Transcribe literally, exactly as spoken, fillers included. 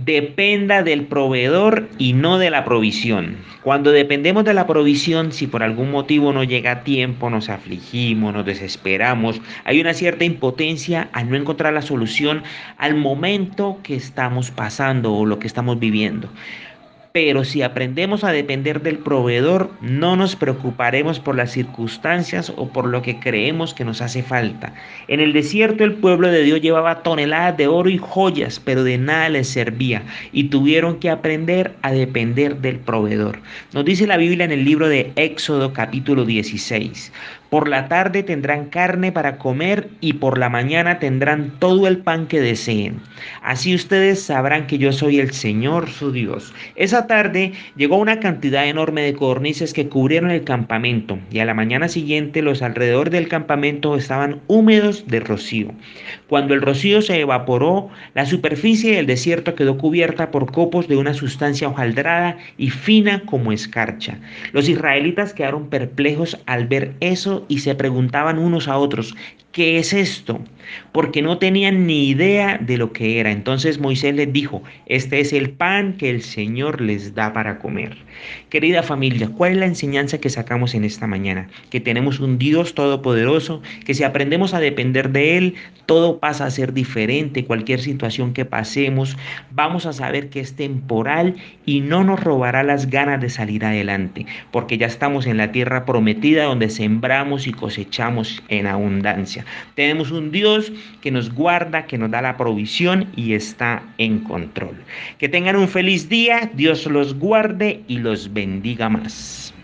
Dependa del proveedor y no de la provisión. Cuando dependemos de la provisión, si por algún motivo no llega a tiempo, nos afligimos, nos desesperamos, hay una cierta impotencia al no encontrar la solución al momento que estamos pasando o lo que estamos viviendo. Pero si aprendemos a depender del proveedor, no nos preocuparemos por las circunstancias o por lo que creemos que nos hace falta. En el desierto el pueblo de Dios llevaba toneladas de oro y joyas, pero de nada les servía y tuvieron que aprender a depender del proveedor. Nos dice la Biblia en el libro de Éxodo capítulo dieciséis. Por la tarde tendrán carne para comer y por la mañana tendrán todo el pan que deseen. Así ustedes sabrán que yo soy el Señor su Dios. Esa tarde llegó una cantidad enorme de codornices que cubrieron el campamento y a la mañana siguiente los alrededor del campamento estaban húmedos de rocío. Cuando el rocío se evaporó, la superficie del desierto quedó cubierta por copos de una sustancia hojaldrada y fina como escarcha. Los israelitas quedaron perplejos al ver eso y se preguntaban unos a otros, ¿qué es esto? Porque no tenían ni idea de lo que era. Entonces Moisés les dijo, este es el pan que el Señor les da para comer. Querida familia, ¿cuál es la enseñanza que sacamos en esta mañana? Que tenemos un Dios todopoderoso, que si aprendemos a depender de Él, todo pasa a ser diferente. Cualquier situación que pasemos, vamos a saber que es temporal y no nos robará las ganas de salir adelante, porque ya estamos en la tierra prometida donde sembramos y cosechamos en abundancia. Tenemos un Dios que nos guarda, que nos da la provisión y está en control. Que tengan un feliz día, Dios los guarde y los bendiga más.